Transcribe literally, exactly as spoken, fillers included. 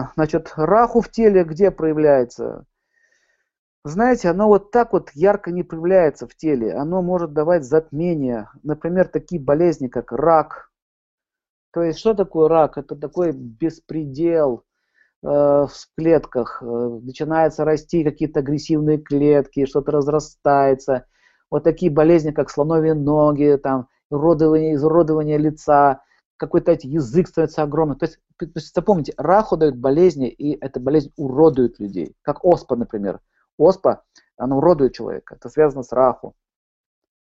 значит, раху в теле где проявляется? Знаете, оно вот так вот ярко не проявляется в теле. Оно может давать затмение. Например, такие болезни, как рак. То есть, что такое рак? Это такой беспредел э, в клетках. Э, начинаются расти какие-то агрессивные клетки, что-то разрастается. Вот такие болезни, как слоновьи ноги, там, уродование, изуродование лица, какой-то язык становится огромным. То есть, то есть, запомните, раху дает болезни, и эта болезнь уродует людей. Как оспа, например. Оспа, она уродует человека. Это связано с раху.